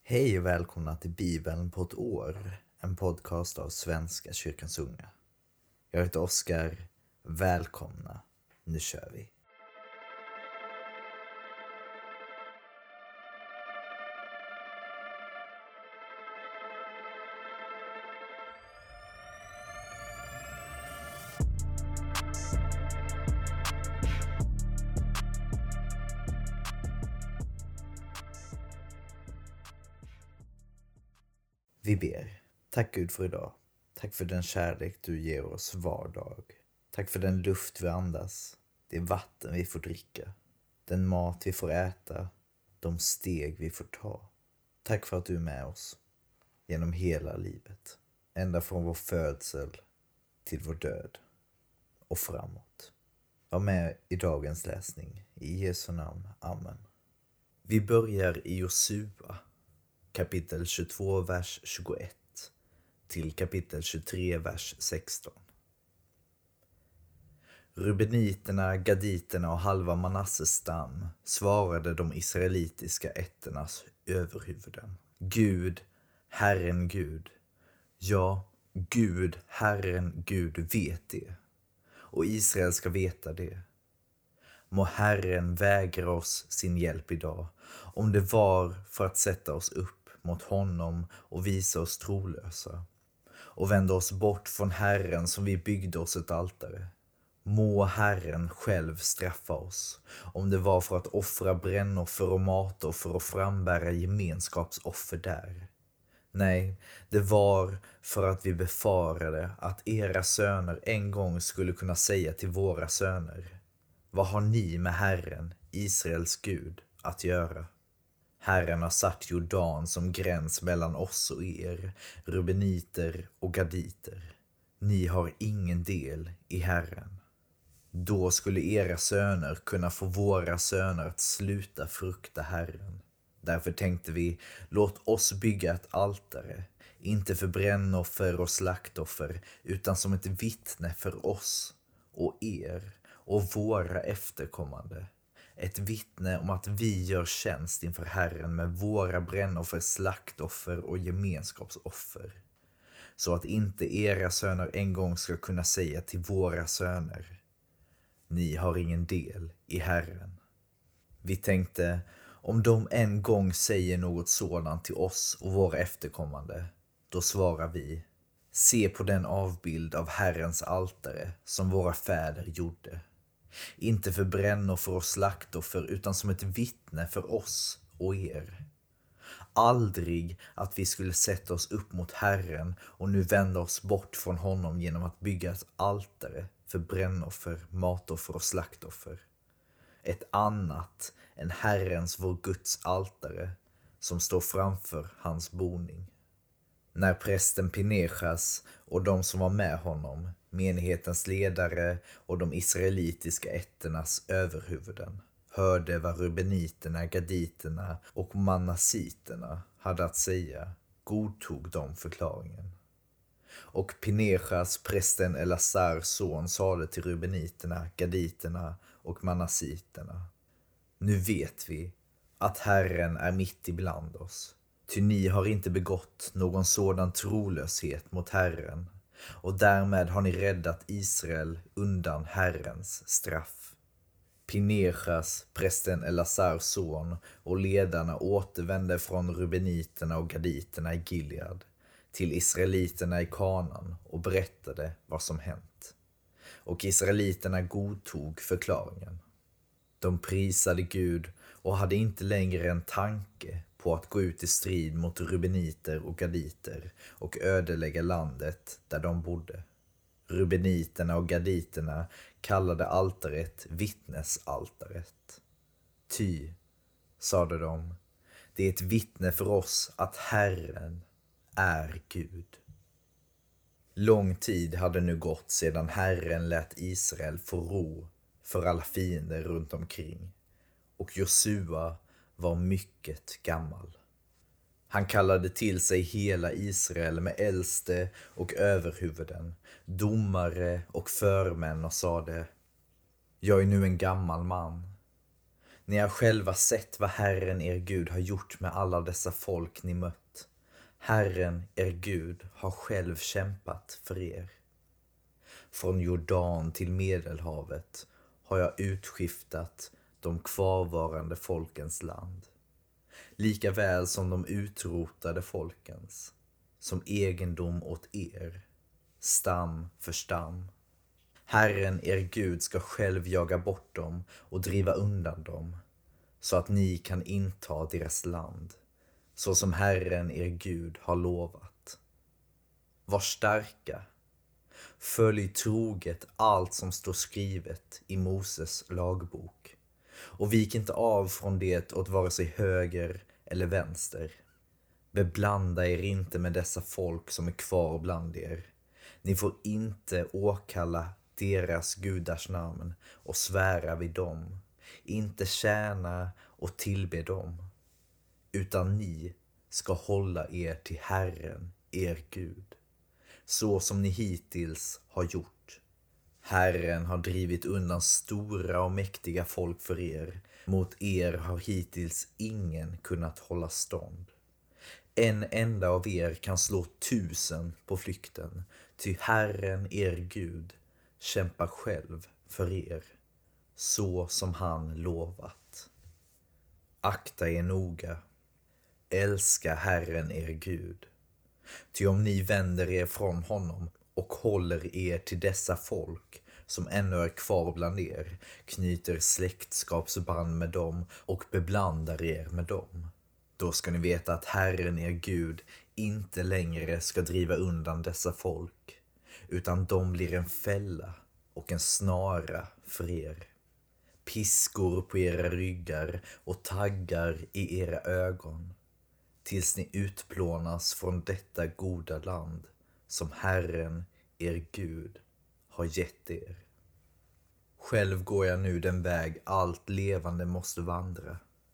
Hej och välkomna till Bibeln på ett år, en podcast av Svenska kyrkans unga. Jag heter Oskar, välkomna, nu kör vi. Vi ber. Tack Gud för idag. Tack för den kärlek du ger oss var dag. Tack för den luft vi andas, det vatten vi får dricka, den mat vi får äta, de steg vi får ta. Tack för att du är med oss genom hela livet, ända från vår födsel till vår död och framåt. Var med i dagens läsning. I Jesu namn. Amen. Vi börjar i Josua, kapitel 22, vers 21 till kapitel 23, vers 16. Rubeniterna, gaditerna och halva Manasses stam svarade de israelitiska ätternas överhuvuden. Gud, Herren Gud, ja, Gud, Herren Gud vet det, och Israel ska veta det. Må Herren vägra oss sin hjälp idag, om det var för att sätta oss upp mot honom och visa oss trolösa och vända oss bort från Herren som vi byggde oss ett altare. Må Herren själv straffa oss, om det var för att offra brännoffer och matoffer och frambära gemenskapsoffer där. Nej, det var för att vi befarade att era söner en gång skulle kunna säga till våra söner: vad har ni med Herren, Israels Gud, att göra? Herren har satt Jordan som gräns mellan oss och er, rubeniter och gaditer. Ni har ingen del i Herren. Då skulle era söner kunna få våra söner att sluta frukta Herren. Därför tänkte vi, låt oss bygga ett altare, inte för brännoffer och slaktoffer, utan som ett vittne för oss och er och våra efterkommande. Ett vittne om att vi gör tjänst inför Herren med våra brännoffer, slaktoffer och gemenskapsoffer. Så att inte era söner en gång ska kunna säga till våra söner: ni har ingen del i Herren. Vi tänkte, om de en gång säger något sådant till oss och våra efterkommande, då svarar vi: se på den avbild av Herrens altare som våra fäder gjorde. Inte för brännoffer och slaktoffer, utan som ett vittne för oss och er. Aldrig att vi skulle sätta oss upp mot Herren och nu vända oss bort från honom genom att bygga ett altare för brännoffer, matoffer och slaktoffer. Ett annat än Herrens, vår Guds altare, som står framför hans boning. När prästen Pinechas och de som var med honom, menighetens ledare och de israelitiska ätternas överhuvuden, hörde vad rubeniterna, gaditerna och manassiterna hade att säga, godtog de förklaringen. Och Pinechas, prästen Elasars son, sade till rubeniterna, gaditerna och manassiterna: nu vet vi att Herren är mitt ibland oss. Ty ni har inte begått någon sådan trolöshet mot Herren, och därmed har ni räddat Israel undan Herrens straff. Pinechas, prästen Elasars son, och ledarna återvände från rubeniterna och gaditerna i Gilead till israeliterna i Kanan och berättade vad som hänt. Och israeliterna godtog förklaringen. De prisade Gud och hade inte längre en tanke på att gå ut i strid mot rubeniter och gaditer och ödelägga landet där de bodde. Rubeniterna och gaditerna kallade altaret vittnesaltaret. Ty, sade de, det är ett vittne för oss att Herren är Gud. Lång tid hade nu gått sedan Herren lät Israel få ro för alla fiender runt omkring, och Josua var mycket gammal. Han kallade till sig hela Israel med äldste och överhuvuden, domare och förmän och sade: jag är nu en gammal man. Ni har själva sett vad Herren er Gud har gjort med alla dessa folk ni mött. Herren er Gud har själv kämpat för er. Från Jordan till Medelhavet har jag utskiftat de kvarvarande folkens land, lika väl som de utrotade folkens, som egendom åt er, stam för stam. Herren er Gud ska själv jaga bort dem och driva undan dem, så att ni kan inta deras land, så som Herren er Gud har lovat. Var starka, följ troget allt som står skrivet i Moses lagbok, och vik inte av från det åt vare sig höger eller vänster. Beblanda er inte med dessa folk som är kvar bland er. Ni får inte åkalla deras gudars namn och svära vid dem, inte tjäna och tillbe dem, utan ni ska hålla er till Herren, er Gud, så som ni hittills har gjort. Herren har drivit undan stora och mäktiga folk för er. Mot er har hittills ingen kunnat hålla stånd. En enda av er kan slå 1000 på flykten, ty Herren, er Gud, kämpar själv för er, så som han lovat. Akta er noga, älska Herren er Gud. Ty om ni vänder er från honom och håller er till dessa folk som ännu är kvar bland er, knyter släktskapsband med dem och beblandar er med dem, då ska ni veta att Herren er Gud inte längre ska driva undan dessa folk, utan de blir en fälla och en snara för er, piskor på era ryggar och taggar i era ögon, tills ni utplånas från detta goda land som Herren, er Gud, har gett er. Själv går jag nu den väg allt levande måste vandra.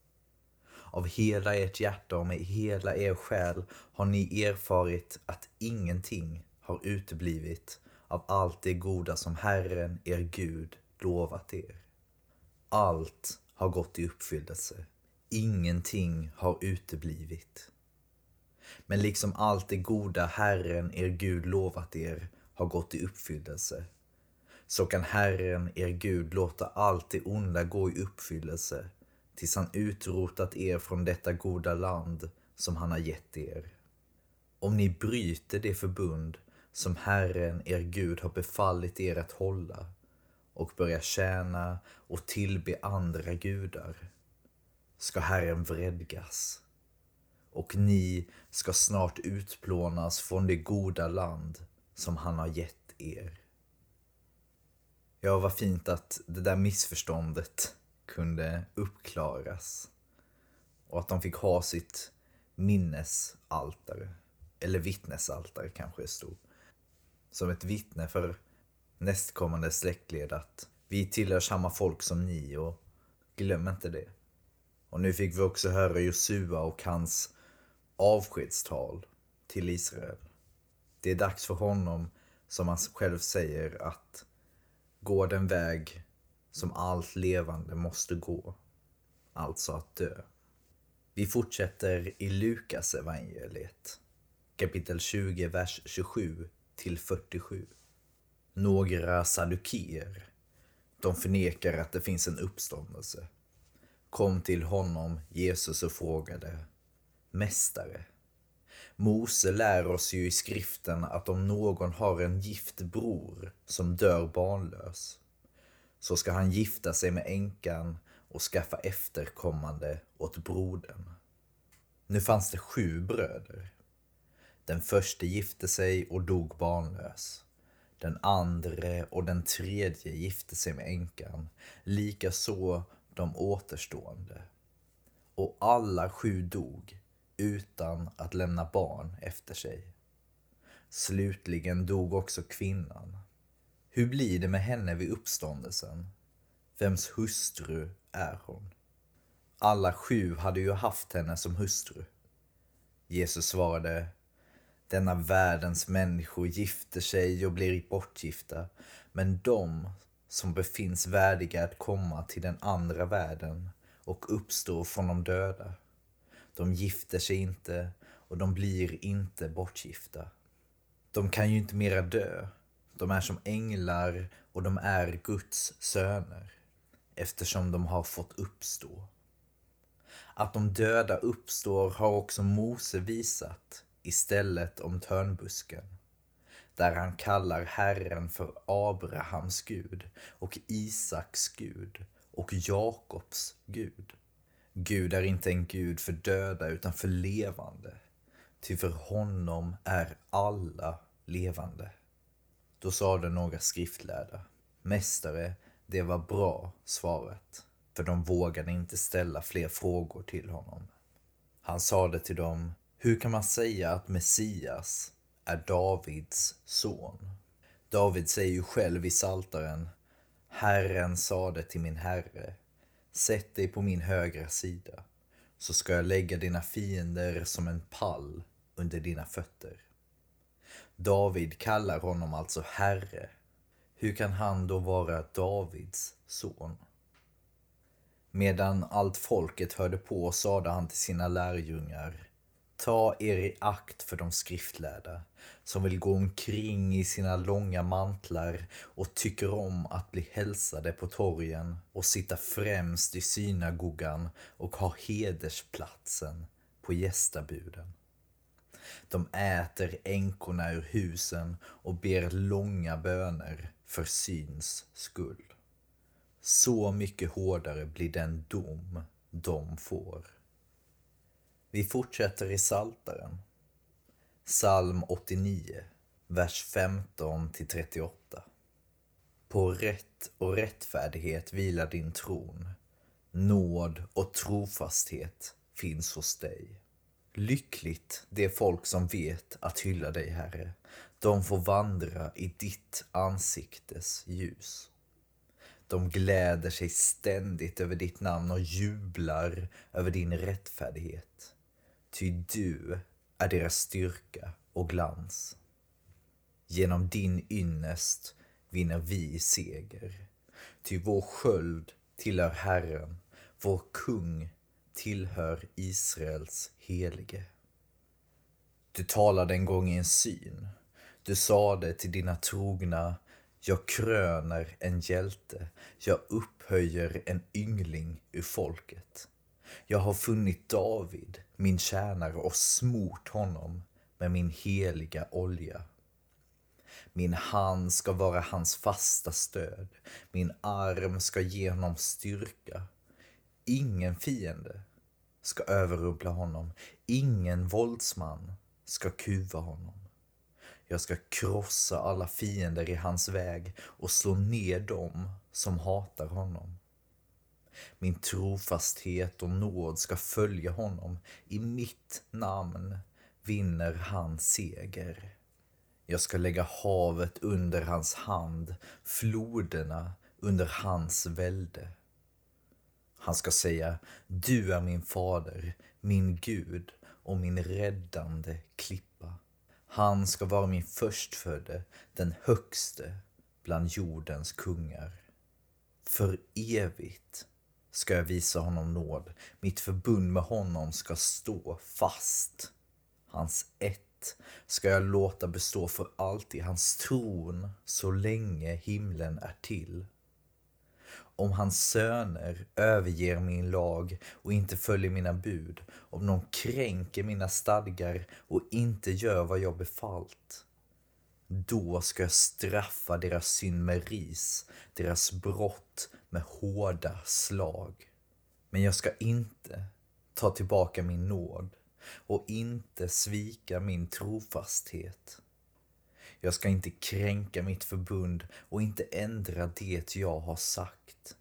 Av hela ert hjärta och med hela er själ har ni erfarit att ingenting har uteblivit av allt det goda som Herren, er Gud, lovat er. Allt har gått i uppfyllelse. Ingenting har uteblivit. Men liksom allt det goda Herren, er Gud, lovat er har gått i uppfyllelse, så kan Herren, er Gud, låta allt det onda gå i uppfyllelse tills han utrotat er från detta goda land som han har gett er. Om ni bryter det förbund som Herren, er Gud, har befallit er att hålla och börjar tjäna och tillbe andra gudar, ska Herren vredgas, och ni ska snart utplånas från det goda land som han har gett er. Ja, vad fint att det där missförståndet kunde uppklaras och att de fick ha sitt minnesaltare, eller vittnesaltare kanske det stod, som ett vittne för nästkommande släktled att vi tillhör samma folk som ni, och glöm inte det. Och nu fick vi också höra Josua och hans avskedstal till Israel. Det är dags för honom, som han själv säger, att gå den väg som allt levande måste gå, alltså att dö. Vi fortsätter i Lukas evangeliet, kapitel 20, vers 27 till 47. Några sadukeer, de förnekar att det finns en uppståndelse, kom till honom, Jesus, och frågade: Mästare, Mose lär oss ju i skriften att om någon har en gift bror som dör barnlös, så ska han gifta sig med änkan och skaffa efterkommande åt brodern. Nu fanns det 7 bröder. Den första gifte sig och dog barnlös. Den andra och den tredje gifte sig med änkan, likaså de återstående. Och alla 7 dog utan att lämna barn efter sig. Slutligen dog också kvinnan. Hur blir det med henne vid uppståndelsen? Vems hustru är hon? Alla 7 hade ju haft henne som hustru. Jesus svarade: denna världens människor gifter sig och blir bortgifta, men de som befinns värdiga att komma till den andra världen och uppstår från de döda. De gifter sig inte och de blir inte bortgifta. De kan ju inte mera dö. De är som änglar och de är Guds söner, eftersom de har fått uppstå. Att de döda uppstår har också Mose visat istället om törnbusken, där han kallar Herren för Abrahams Gud och Isaks Gud och Jakobs Gud. Gud är inte en Gud för döda utan för levande, ty för honom är alla levande. Då sade några skriftlärda: Mästare, det var bra svaret, för de vågade inte ställa fler frågor till honom. Han sade till dem: Hur kan man säga att Messias är Davids son? David säger ju själv i Psaltaren: Herren sade till min herre, sätt dig på min högra sida, så ska jag lägga dina fiender som en pall under dina fötter. David kallar honom alltså herre. Hur kan han då vara Davids son? Medan allt folket hörde på sade han till sina lärjungar: Ta er i akt för de skriftlärda, som vill gå omkring i sina långa mantlar och tycker om att bli hälsade på torgen och sitta främst i synagogan och ha hedersplatsen på gästabuden. De äter änkorna ur husen och ber långa böner för syns skull. Så mycket hårdare blir den dom de får. Vi fortsätter i Psaltaren. Psalm 89, vers 15-38. På rätt och rättfärdighet vilar din tron. Nåd och trofasthet finns hos dig. Lyckligt det folk som vet att hylla dig, Herre. De får vandra i ditt ansiktes ljus. De gläder sig ständigt över ditt namn och jublar över din rättfärdighet. Ty du är deras styrka och glans. Genom din ynnest vinner vi seger. Ty vår sköld tillhör Herren, vår kung tillhör Israels helige. Du talade en gång i en syn. Du sade till dina trogna: jag kröner en hjälte, jag upphöjer en yngling ur folket. Jag har funnit David, min tjänare, och smort honom med min heliga olja. Min hand ska vara hans fasta stöd, min arm ska ge honom styrka. Ingen fiende ska överrumpla honom, ingen våldsman ska kuva honom. Jag ska krossa alla fiender i hans väg och slå ner dem som hatar honom. Min trofasthet och nåd ska följa honom. I mitt namn vinner han seger. Jag ska lägga havet under hans hand, floderna under hans välde. Han ska säga: du är min fader, min Gud och min räddande klippa. Han ska vara min förstfödde, den högste bland jordens kungar. För evigt ska jag visa honom nåd. Mitt förbund med honom ska stå fast. Hans ett ska jag låta bestå för alltid, hans tron så länge himlen är till. Om hans söner överger min lag och inte följer mina bud, om någon kränker mina stadgar och inte gör vad jag befallt, då ska jag straffa deras synd med ris, deras brott med hårda slag. Men jag ska inte ta tillbaka min nåd och inte svika min trofasthet. Jag ska inte kränka mitt förbund och inte ändra det jag har sagt.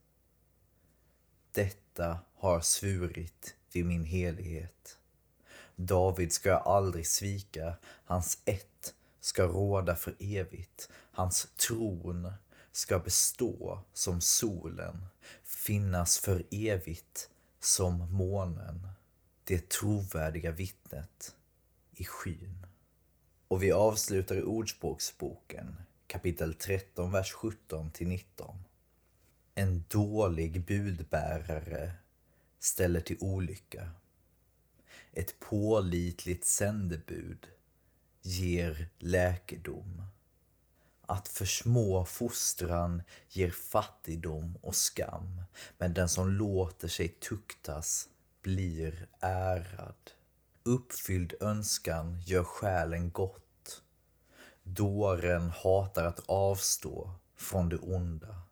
Detta har svurit vid min helighet. David ska jag aldrig svika, hans ett ska råda för evigt. Hans tron ska bestå som solen, finnas för evigt som månen, det trovärdiga vittnet i skyn. Och vi avslutar i Ordspråksboken, kapitel 13, vers 17-19. En dålig budbärare ställer till olycka. Ett pålitligt sändebud ger läkedom. Att försmå fostran ger fattigdom och skam, men den som låter sig tuktas blir ärad. Uppfylld önskan gör själen gott. Dåren hatar att avstå från det onda.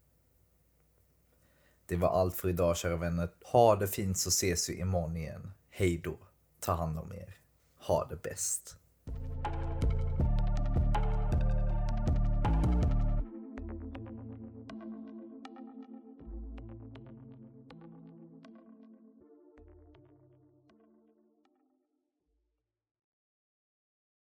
Det var allt för idag, kära vänner. Ha det fint, så ses vi imorgon igen. Hej då. Ta hand om er. Ha det bäst.